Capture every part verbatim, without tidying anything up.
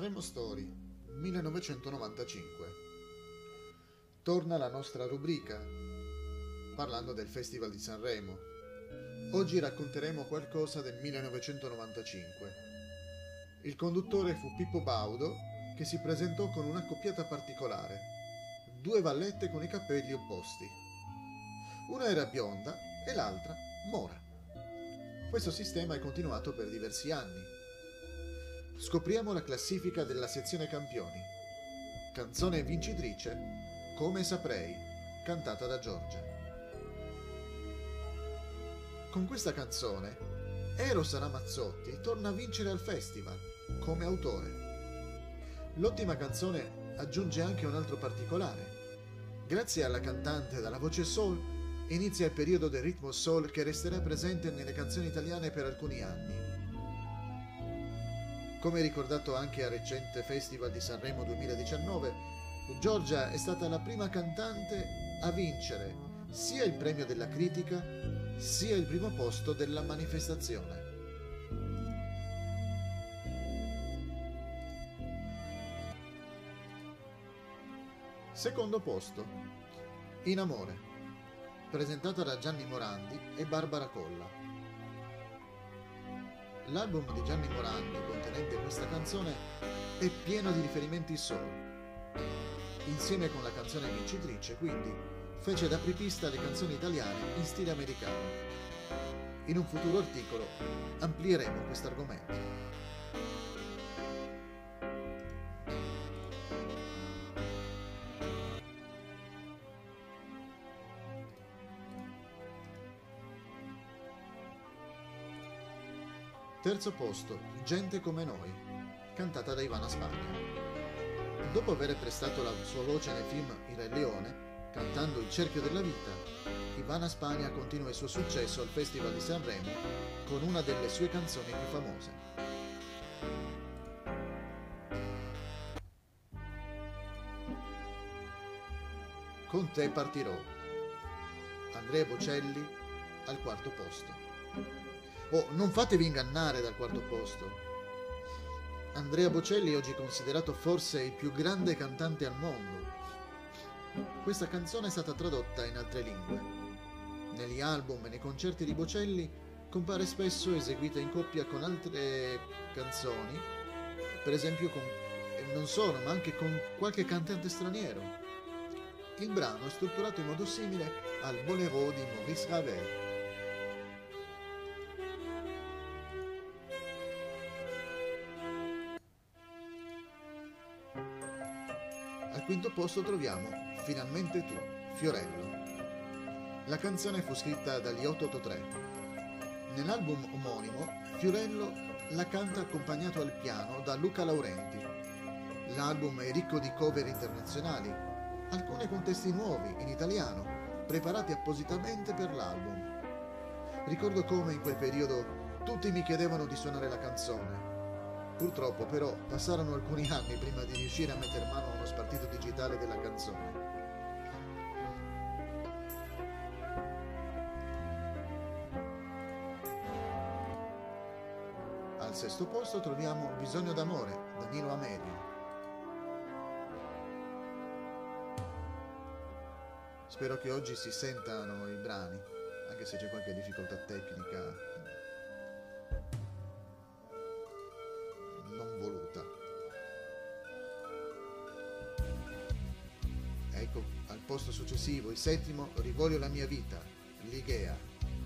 Sanremo Story millenovecentonovantacinque. Torna la nostra rubrica parlando del Festival di Sanremo. Oggi racconteremo qualcosa del millenovecentonovantacinque. Il conduttore fu Pippo Baudo, che si presentò con un'accoppiata particolare: due vallette con i capelli opposti. Una era bionda e l'altra mora. Questo sistema è continuato per diversi anni. Scopriamo la classifica della sezione campioni. Canzone vincitrice: Come saprei, cantata da Giorgia. Con questa canzone Eros Ramazzotti torna a vincere al festival come autore. L'ottima canzone aggiunge anche un altro particolare. Grazie alla cantante dalla voce soul inizia il periodo del ritmo soul che resterà presente nelle canzoni italiane per alcuni anni. Come ricordato anche al recente Festival di Sanremo duemiladiciannove, Giorgia è stata la prima cantante a vincere sia il premio della critica sia il primo posto della manifestazione. Secondo posto: In amore, presentata da Gianni Morandi e Barbara Colla. L'album di Gianni Morandi contenente questa canzone è pieno di riferimenti soul. Insieme con la canzone vincitrice, quindi, fece da apripista le canzoni italiane in stile americano. In un futuro articolo amplieremo questo argomento. Terzo posto: Gente come noi, cantata da Ivana Spagna. Dopo aver prestato la sua voce nel film Il Re Leone, cantando Il cerchio della vita, Ivana Spagna continua il suo successo al Festival di Sanremo con una delle sue canzoni più famose. Con te partirò, Andrea Bocelli al quarto posto. Oh, non fatevi ingannare dal quarto posto. Andrea Bocelli è oggi considerato forse il più grande cantante al mondo. Questa canzone è stata tradotta in altre lingue. Negli album e nei concerti di Bocelli compare spesso eseguita in coppia con altre canzoni, per esempio con, e non solo, ma anche con qualche cantante straniero. Il brano è strutturato in modo simile al Bolero di Maurice Ravel. Al quinto posto troviamo Finalmente tu, Fiorello. La canzone fu scritta dagli otto otto tre. Nell'album omonimo, Fiorello la canta accompagnato al piano da Luca Laurenti. L'album è ricco di cover internazionali, alcune con testi nuovi in italiano, preparati appositamente per l'album. Ricordo come in quel periodo tutti mi chiedevano di suonare la canzone. Purtroppo però passarono alcuni anni prima di riuscire a mettere mano a uno spartito digitale della canzone. Al sesto posto troviamo Bisogno d'amore, Danilo Amerio. Spero che oggi si sentano i brani, anche se c'è qualche difficoltà tecnica non voluta. Ecco, al posto successivo, il settimo, Rivoglio la mia vita, Ligea.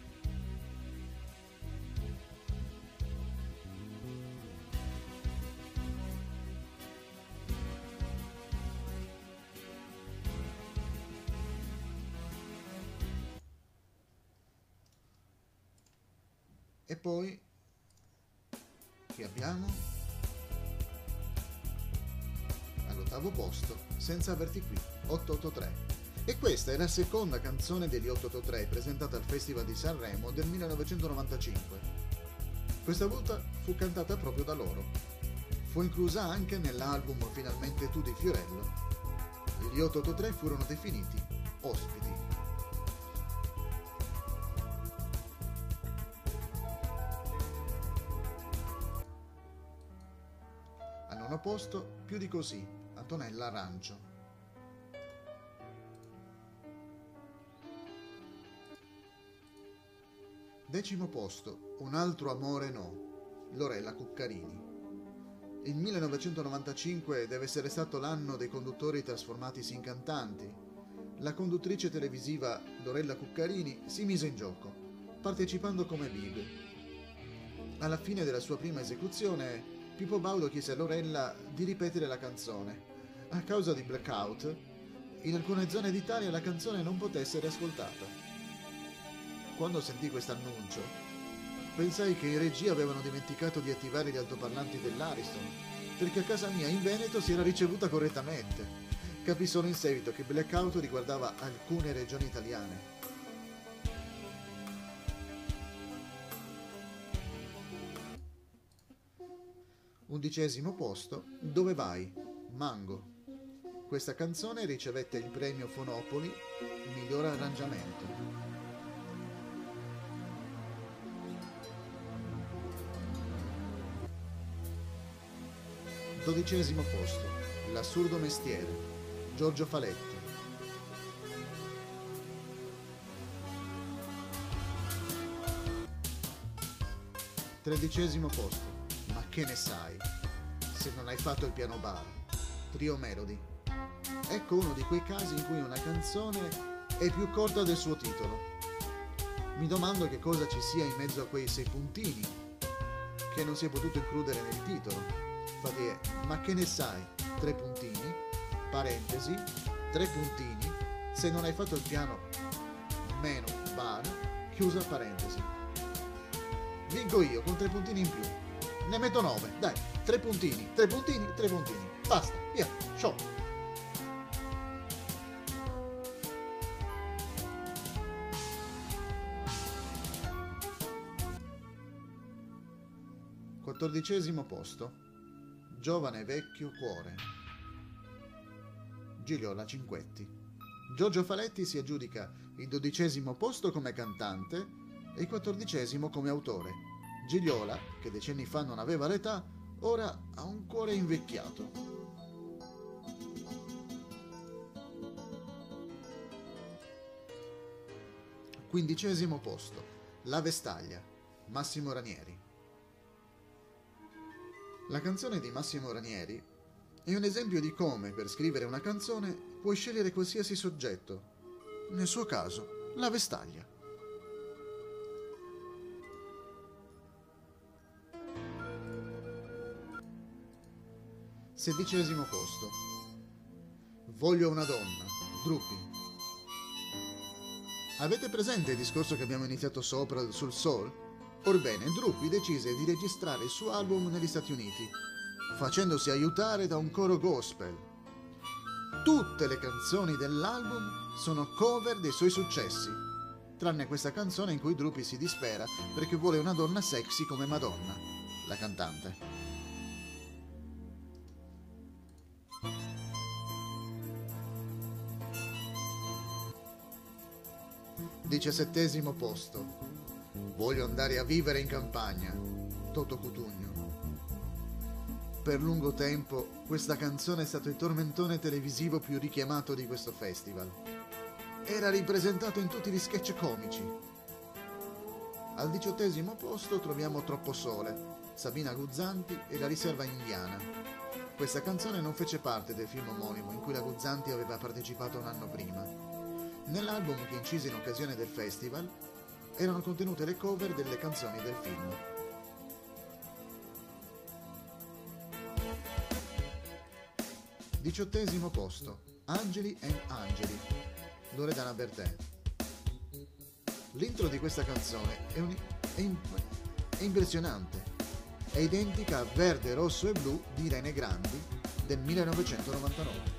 E poi qui abbiamo all'ottavo posto Senza averti qui, otto otto tre. E questa è la seconda canzone degli otto otto tre presentata al Festival di Sanremo del millenovecentonovantacinque. Questa volta fu cantata proprio da loro. Fu inclusa anche nell'album Finalmente tu di Fiorello. Gli otto otto tre furono definiti ospiti. posto, Più di così, Antonella Arancio. Decimo posto, Un altro amore no, Lorella Cuccarini. Il millenovecentonovantacinque deve essere stato l'anno dei conduttori trasformatisi in cantanti. La conduttrice televisiva Lorella Cuccarini si mise in gioco, partecipando come big. Alla fine della sua prima esecuzione, Pippo Baudo chiese a Lorella di ripetere la canzone. A causa di blackout, in alcune zone d'Italia la canzone non poté essere ascoltata. Quando sentì quest'annuncio, pensai che in regia avevano dimenticato di attivare gli altoparlanti dell'Ariston, perché a casa mia in Veneto si era ricevuta correttamente. Capì solo in seguito che blackout riguardava alcune regioni italiane. Undicesimo posto, Dove vai? Mango. Questa canzone ricevette il premio Fonopoli Miglior arrangiamento. Dodicesimo posto, L'assurdo mestiere, Giorgio Faletti. Tredicesimo posto, Ma che ne sai, se non hai fatto il piano bar, Trio Melody. Ecco uno di quei casi in cui una canzone è più corta del suo titolo. Mi domando che cosa ci sia in mezzo a quei sei puntini che non si è potuto includere nel titolo. Infatti è Ma che ne sai, tre puntini, parentesi, tre puntini, se non hai fatto il piano meno bar, chiusa parentesi. Vinco io con tre puntini in più. Ne metto nove, dai, tre puntini, tre puntini, tre puntini. Basta, via, show. Quattordicesimo posto, Giovane vecchio cuore, Gigliola Cinquetti. Giorgio Faletti si aggiudica il dodicesimo posto come cantante e il quattordicesimo come autore. Gigliola, che decenni fa non aveva l'età, ora ha un cuore invecchiato. Quindicesimo posto, La Vestaglia, Massimo Ranieri. La canzone di Massimo Ranieri è un esempio di come, per scrivere una canzone, puoi scegliere qualsiasi soggetto. Nel suo caso, la vestaglia. Sedicesimo posto. Voglio una donna, Drupi. Avete presente il discorso che abbiamo iniziato sopra sul soul? Orbene, Drupi decise di registrare il suo album negli Stati Uniti, facendosi aiutare da un coro gospel. Tutte le canzoni dell'album sono cover dei suoi successi, tranne questa canzone in cui Drupi si dispera perché vuole una donna sexy come Madonna, la cantante. Diciassettesimo posto. Voglio andare a vivere in campagna, Toto Cutugno. Per lungo tempo questa canzone è stato il tormentone televisivo più richiamato di questo festival. Era ripresentato in tutti gli sketch comici. Al diciottesimo posto troviamo Troppo Sole, Sabina Guzzanti e La riserva indiana. Questa canzone non fece parte del film omonimo in cui la Guzzanti aveva partecipato un anno prima. Nell'album che incise in occasione del festival erano contenute le cover delle canzoni del film. Diciottesimo posto, Angeli and Angeli, Loredana Bertè. L'intro di questa canzone è, un, è, imp- è impressionante, è identica a Verde, Rosso e Blu di Irene Grandi del millenovecentonovantanove.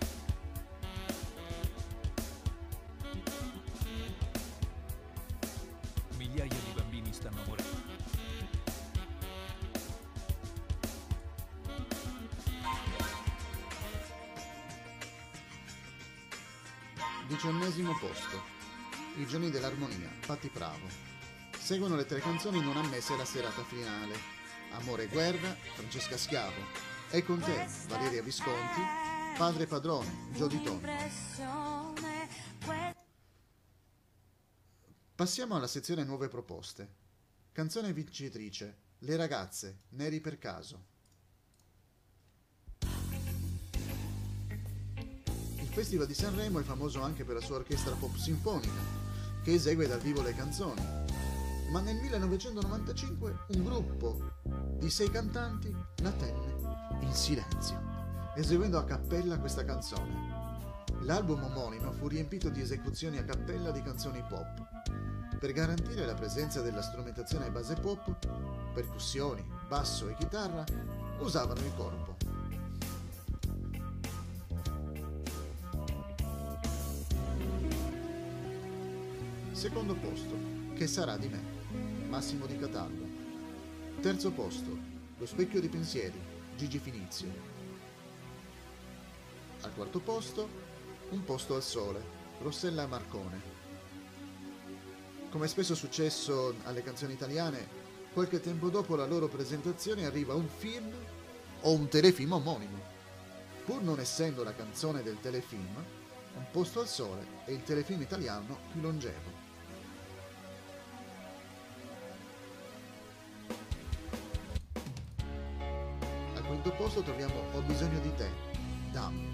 Migliaia di bambini stanno morendo. Diciannovesimo posto, I giorni dell'armonia, Patti Bravo. Seguono le tre canzoni non ammesse alla serata finale: Amore e guerra, Francesca Schiavo, E con te, Valeria Visconti, Padre Padrone, Gio Di Tonno. Passiamo alla sezione nuove proposte. Canzone vincitrice, Le ragazze, Neri per caso. Il Festival di Sanremo è famoso anche per la sua orchestra pop sinfonica, che esegue dal vivo le canzoni. Ma nel millenovecentonovantacinque un gruppo di sei cantanti la tenne in silenzio, eseguendo a cappella questa canzone. L'album omonimo fu riempito di esecuzioni a cappella di canzoni pop. Per garantire la presenza della strumentazione a base pop, percussioni, basso e chitarra usavano il corpo. Secondo posto, Che sarà di me, Massimo Di Cataldo. Terzo posto, Lo specchio dei pensieri, Gigi Finizio. Al quarto posto, Un posto al sole, Rossella Marcone. Come spesso è successo alle canzoni italiane, qualche tempo dopo la loro presentazione arriva un film o un telefilm omonimo. Pur non essendo la canzone del telefilm, Un posto al sole è il telefilm italiano più longevo. Al quinto posto troviamo Ho bisogno di te, Dam.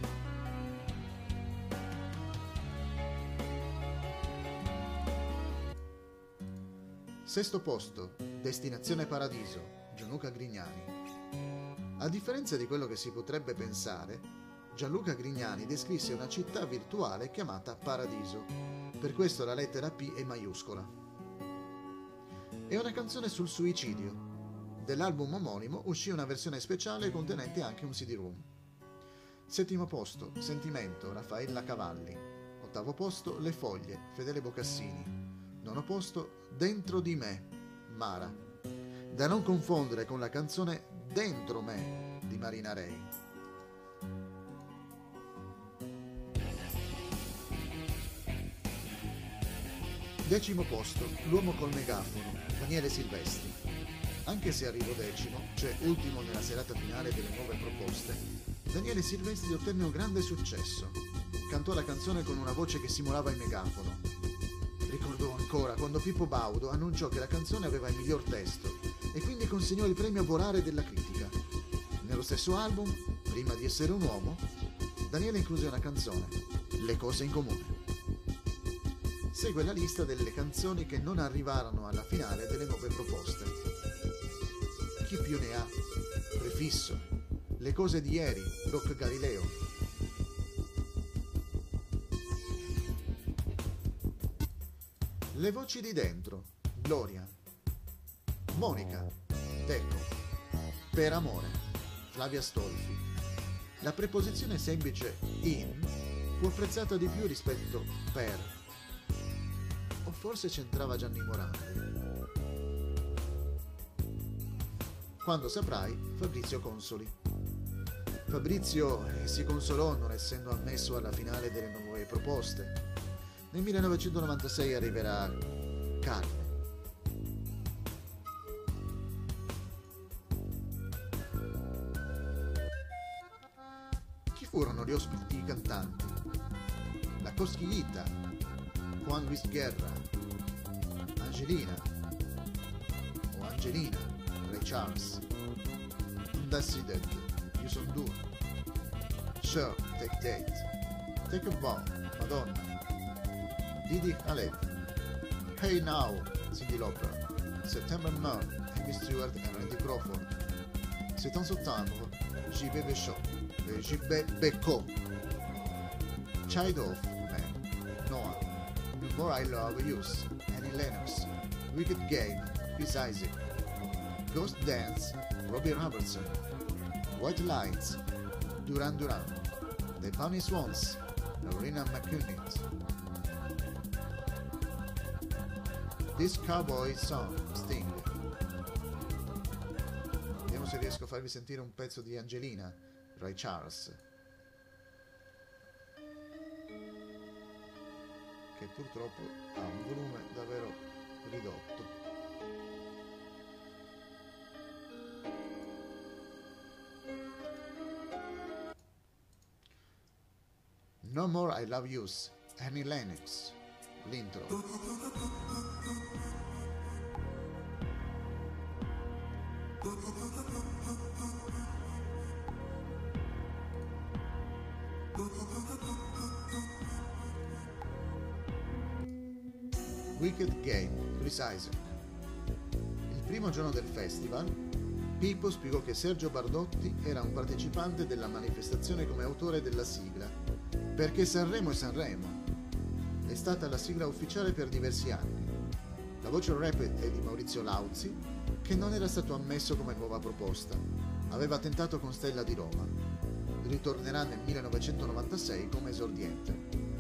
Sesto posto, Destinazione Paradiso, Gianluca Grignani. A differenza di quello che si potrebbe pensare, Gianluca Grignani descrisse una città virtuale chiamata Paradiso, per questo la lettera P è maiuscola. È una canzone sul suicidio. Dell'album omonimo uscì una versione speciale contenente anche un C D-ROM. Settimo posto, Sentimento, Raffaella Cavalli. Ottavo posto, Le foglie, Fedele Bocassini. Nono posto, Dentro di me, Mara, da non confondere con la canzone Dentro me di Marina Rei. Decimo posto, L'uomo col megafono, Daniele Silvestri. Anche se arrivò decimo, cioè ultimo nella serata finale delle nuove proposte, Daniele Silvestri ottenne un grande successo. Cantò la canzone con una voce che simulava il megafono. Ricordo ancora quando Pippo Baudo annunciò che la canzone aveva il miglior testo e quindi consegnò il premio Volare della critica. Nello stesso album, prima di essere un uomo, Daniele incluse una canzone, Le cose in comune. Segue la lista delle canzoni che non arrivarono alla finale delle nuove proposte. Chi più ne ha? Prefisso, Le cose di ieri, Rock Galileo. Le voci di dentro, Gloria. Monica, Teco. Per amore, Flavia Stolfi. La preposizione semplice in fu apprezzata di più rispetto per. O forse c'entrava Gianni Morandi. Quando saprai, Fabrizio Consoli. Fabrizio si consolò non essendo ammesso alla finale delle nuove proposte. Nel millenovecentonovantasei arriverà Carne. Chi furono gli ospiti cantanti? La Cosquillita, Juan Luis Guerra, Angelina o Angelina, Ray Charles, Undecided, You Son Due, Sure, Take Date, Take a Bow, Madonna, Didi Khaled, Hey Now, Cyndi Lauper, September Moon, Amy Stewart et Randy Crawford, C'est en septembre, J B Béchot, J B Becco, Child of Man, Noah, The More I Love Yous, Annie Lennox, Wicked Game, Chris Isaac, Ghost Dance, Robbie Robertson, White Lights, Duran Duran, The Bunny Swans, Lorena McCunnitt. This Cowboy Song, Sting. Vediamo se riesco a farvi sentire un pezzo di Angelina, Ray Charles, che purtroppo ha un volume davvero ridotto. No More I Love Yous, Annie Lennox, l'intro. Wicked Game, Chris Isaak. Il primo giorno del festival, Pippo spiegò che Sergio Bardotti era un partecipante della manifestazione come autore della sigla, perché Sanremo è Sanremo. È stata la sigla ufficiale per diversi anni. La voce rap è di Maurizio Lauzi, che non era stato ammesso come nuova proposta. Aveva tentato con Stella di Roma. Ritornerà nel millenovecentonovantasei come esordiente.